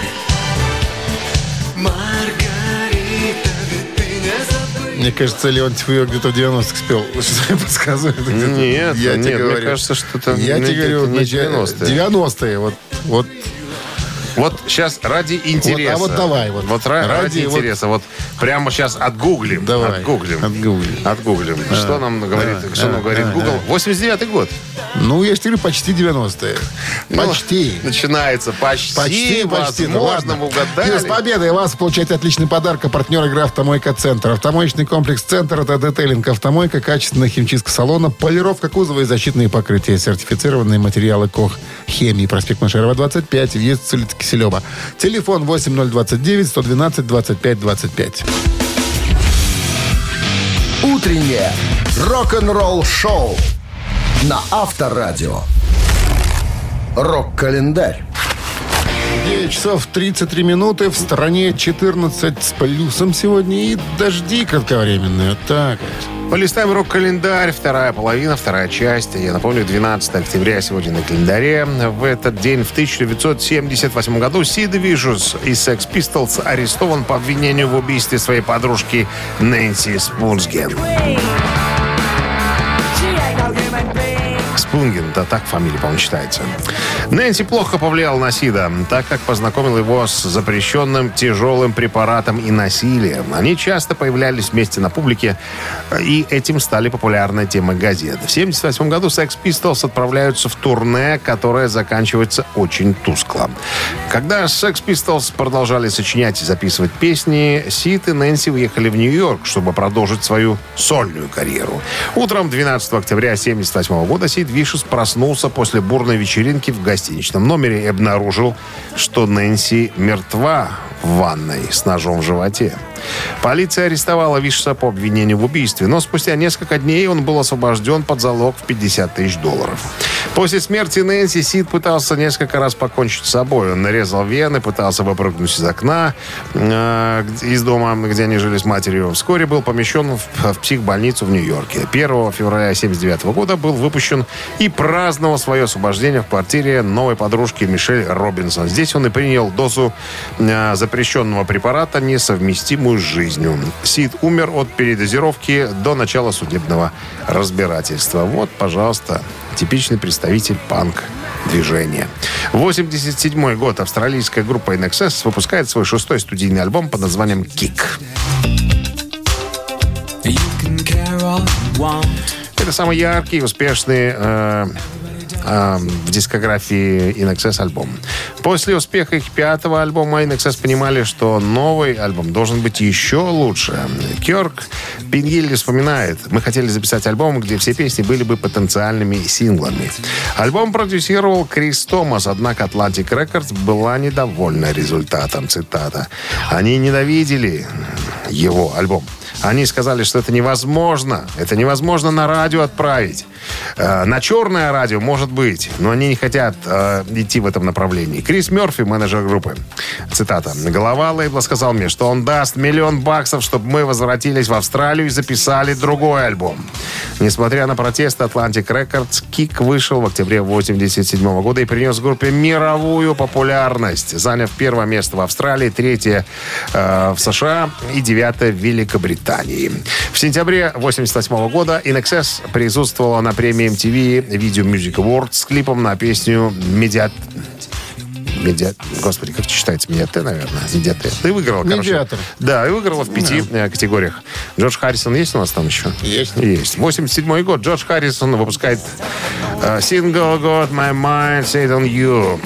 Мне кажется, Леонтьев ее где-то в 90-х спел. Что я подсказываю? Нет, мне кажется, что это я тебе говорю, не 90-е. 90-е, вот. Вот сейчас ради интереса. Вот, а вот давай. Вот ради интереса. Вот прямо сейчас отгуглим. Давай. Отгуглим. Что нам говорит Google? 89-й год. Ну, я же говорю, почти 90-е. Почти. Начинается почти. Возможно, вы угадали. С победой вас получаете отличный подарок. Партнер игры «Автомойка Центр». Автомоечный комплекс «Центр» — это детейлинг «Автомойка», качественная химчистка салона, полировка кузова и защитные покрытия. Сертифицированные материалы КОХ «Хемии». Проспект Машерова, 25. Въезд с улицы Киселева. Телефон 8029-112-25-25. Утреннее рок-н-ролл-шоу на Авторадио. Рок-календарь. 9 часов 33 минуты. В стране 14 с плюсом сегодня. И дожди кратковременные. Вот так. Полистаем рок-календарь. Вторая половина, вторая часть. Я напомню, 12 октября сегодня на календаре. В этот день, в 1978 году, Сид Вишус из Sex Pistols арестован по обвинению в убийстве своей подружки Нэнси Спунген. Спунген, да так фамилия, по-моему, читается. Нэнси плохо повлиял на Сида, так как познакомил его с запрещенным тяжелым препаратом и насилием. Они часто появлялись вместе на публике, и этим стали популярной темой газет. В 1978 году Sex Pistols отправляются в турне, которое заканчивается очень тускло. Когда Sex Pistols продолжали сочинять и записывать песни, Сид и Нэнси уехали в Нью-Йорк, чтобы продолжить свою сольную карьеру. Утром 12 октября 1978 года Сид Вишус проснулся после бурной вечеринки в гостиничном номере и обнаружил, что Нэнси мертва в ванной с ножом в животе. Полиция арестовала Вишеса по обвинению в убийстве, но спустя несколько дней он был освобожден под залог в $50 тысяч. После смерти Нэнси Сид пытался несколько раз покончить с собой. Он нарезал вены, пытался выпрыгнуть из окна из дома, где они жили с матерью. Вскоре был помещен в психбольницу в Нью-Йорке. 1 февраля 1979 года был выпущен и праздновал свое освобождение в квартире новой подружки Мишель Робинсон. Здесь он и принял дозу запрещенного препарата, несовместимую с жизнью. Сид умер от передозировки до начала судебного разбирательства. Вот, пожалуйста, типичный представитель панк-движения. 1987 год. Австралийская группа In Excess выпускает свой 6-й студийный альбом под названием «Kick». Это самый яркий и успешный в дискографии In Excess альбом. После успеха их 5-го альбома In Excess понимали, что новый альбом должен быть еще лучше. Кёрк Пингилли вспоминает: «Мы хотели записать альбом, где все песни были бы потенциальными синглами». Альбом продюсировал Крис Томас, однако Atlantic Records была недовольна результатом. Цитата: «Они ненавидели его альбом. Они сказали, что это невозможно. Это невозможно на радио отправить. На черное радио, может быть, но они не хотят идти в этом направлении». Крис Мерфи, менеджер группы, цитата: «Глава лейбла сказал мне, что он даст $1 миллион, чтобы мы возвратились в Австралию и записали другой альбом». Несмотря на протесты Atlantic Records, Kick вышел в октябре 1987 года и принес группе мировую популярность, заняв 1-е место в Австралии, 3-е в США и 9-е в Великобритании. В сентябре 1988 года In Excess присутствовала на премии MTV Video Music Awards с клипом на песню Господи, как читается? Медиате, наверное. Медиате. Ты выиграл, короче. Медиатор. Да, и выиграла в 5 категориях. Джордж Харрисон есть у нас там еще? Есть. 87 год. Джордж Харрисон выпускает сингл «Got My Mind Set On You».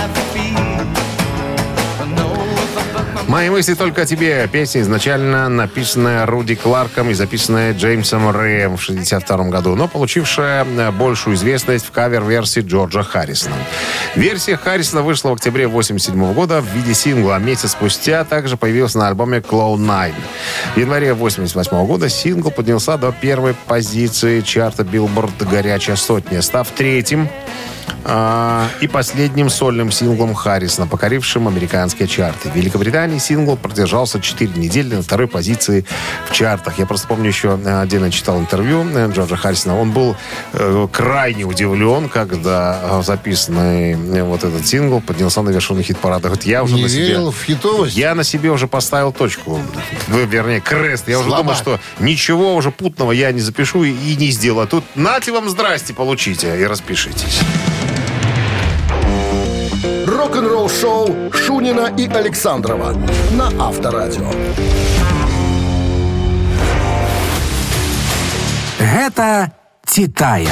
«Мои мысли только о тебе». Песня изначально написанная Руди Кларком и записанная Джеймсом Рэем в 1962 году, но получившая большую известность в кавер-версии Джорджа Харрисона. Версия Харрисона вышла в октябре 1987 года в виде сингла, а месяц спустя также появился на альбоме Cloud Nine. В январе 1988 года сингл поднялся до 1-й позиции чарта Billboard «Горячая сотня», став 3-м и последним сольным синглом Харрисона, покорившим американские чарты. В Великобритании сингл продержался 4 недели на 2-й позиции в чартах. Я просто помню, еще отдельно читал интервью Джорджа Харрисона. Он был крайне удивлен, когда записанный вот этот сингл поднялся на вершину хит-парада. Говорит, я уже не верил в хитовость? Я на себе уже поставил точку. Вернее, крест. Я уже думал, что ничего уже путного я не запишу и не сделаю. А тут нате вам, здрасте, получите и распишитесь. Рок-н-ролл-шоу Шунина и Александрова на Авторадио. Это «Титая».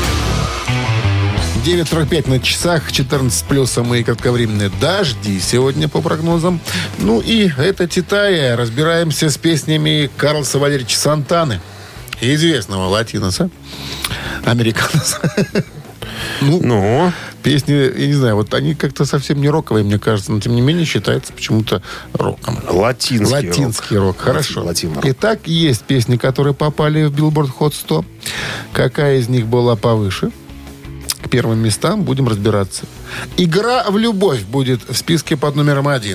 9:45 на часах, 14 плюсом и кратковременные дожди сегодня по прогнозам. Ну и это «Титая». Разбираемся с песнями Карлоса Валерьевича Сантаны, известного латиноса, американоса. Ну, песни, я не знаю, вот они как-то совсем не роковые, мне кажется, но тем не менее считается почему-то роком. Латинский рок. Хорошо. Итак, есть песни, которые попали в Billboard Hot 100. Какая из них была повыше? К первым местам будем разбираться. «Игра в любовь» будет в списке под номером 1.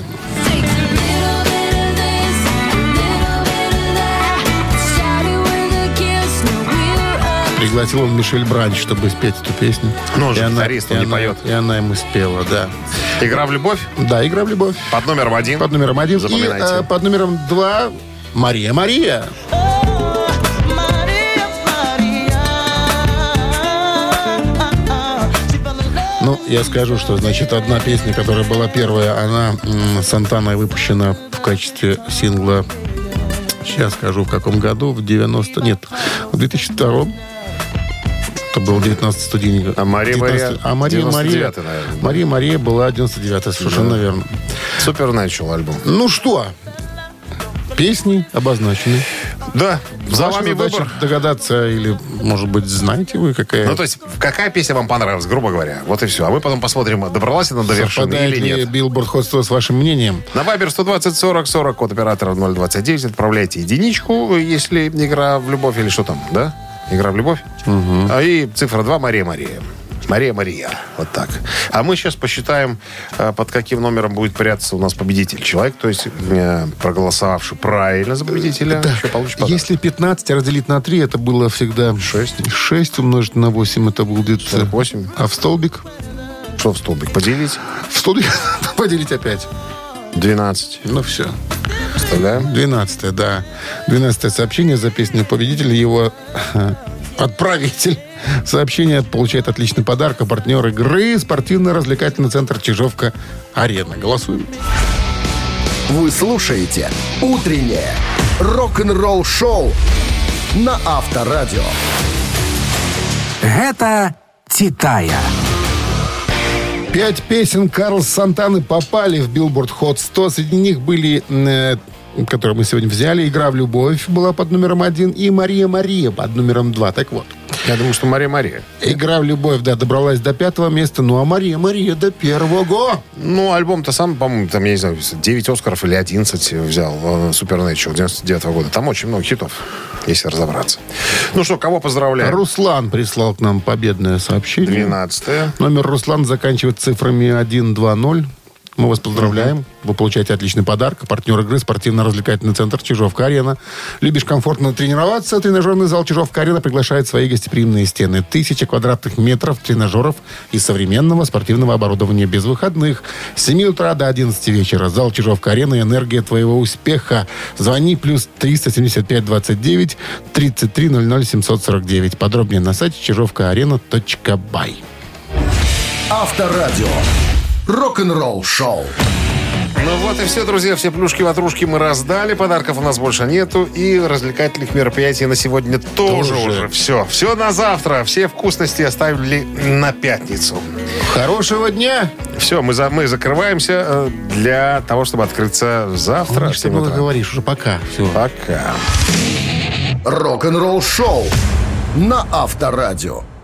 Пригласил он Мишель Бранч, чтобы спеть эту песню. Ну, он же гитарист, он не поет. И она ему спела, да. «Игра в любовь»? Да, «Игра в любовь». Под номером 1? Под номером 1. Запоминайте. И под номером 2 «Мария». Ну, я скажу, что, значит, одна песня, которая была первая, она Сантаной выпущена в качестве сингла. Сейчас скажу, в каком году. В 2002-м. Это был 19-й студийник. А Мария 99-й, Мария была 99-й, совершенно верно. Supernatural альбом. Ну что, песни обозначены. Да, за Ваша вами задача выбор. догадаться, или, может быть, знаете вы, какая... Ну, то есть, какая песня вам понравилась, грубо говоря. Вот и все. А мы потом посмотрим, добралась она до вершины или нет. Билборд Хот 100 с вашим мнением? На Viber 120-40-40, код оператора 029, отправляйте единичку, если игра в любовь или что там, да? Игра в любовь. А и цифра 2, Мария. Мария. Вот так. А мы сейчас посчитаем, под каким номером будет прятаться у нас победитель. Человек, то есть проголосовавший правильно за победителя, еще получит подарок. Если 15 разделить на 3, это было всегда... 6. 6 умножить на 8, это будет... 48. А в столбик? Что в столбик? Поделить? В столбик поделить опять. 12. Ну, все. Вставляем. 12, да. 12 сообщение за песню победителя. Его отправитель сообщение получает отличный подарок. А партнер игры — спортивно-развлекательный центр «Чижовка-Арена». Голосуем. Вы слушаете «Утреннее рок-н-ролл-шоу» на Авторадио. Гэта «Титая». 5 песен Карлса Сантаны попали в Билборд Хот 100. Среди них были, которые мы сегодня взяли, «Игра в любовь» была под номером 1 и «Мария под номером 2. Так вот. Я думаю, что Мария. «Игра в любовь», да, добралась до 5 места. Ну, а «Мария» до 1-го. Ну, альбом-то сам, по-моему, там, я не знаю, 9 Оскаров или 11 взял Supernatural 99-го года. Там очень много хитов, если разобраться. Ну что, кого поздравляем? Руслан прислал к нам победное сообщение. 12-е. Номер Руслан заканчивает цифрами 120. Мы вас поздравляем. Вы получаете отличный подарок. Партнер игры — спортивно-развлекательный центр «Чижовка-Арена». Любишь комфортно тренироваться? Тренажерный зал «Чижовка-Арена» приглашает в свои гостеприимные стены. 1000 квадратных метров тренажеров и современного спортивного оборудования без выходных. С 7 утра до 11 вечера. Зал «Чижовка-Арена» — энергия твоего успеха. Звони +3 375 29 33 00 749. Подробнее на сайте чижовкаарена.бай. Авторадио. Рок-н-ролл шоу. Ну вот и все, друзья. Все плюшки-ватрушки мы раздали. Подарков у нас больше нету. И развлекательных мероприятий на сегодня тоже уже. Все на завтра. Все вкусности оставили на пятницу. Хорошего дня. Все, мы закрываемся для того, чтобы открыться завтра. Что ты говоришь? Уже пока. Все. Пока. Рок-н-ролл шоу на Авторадио.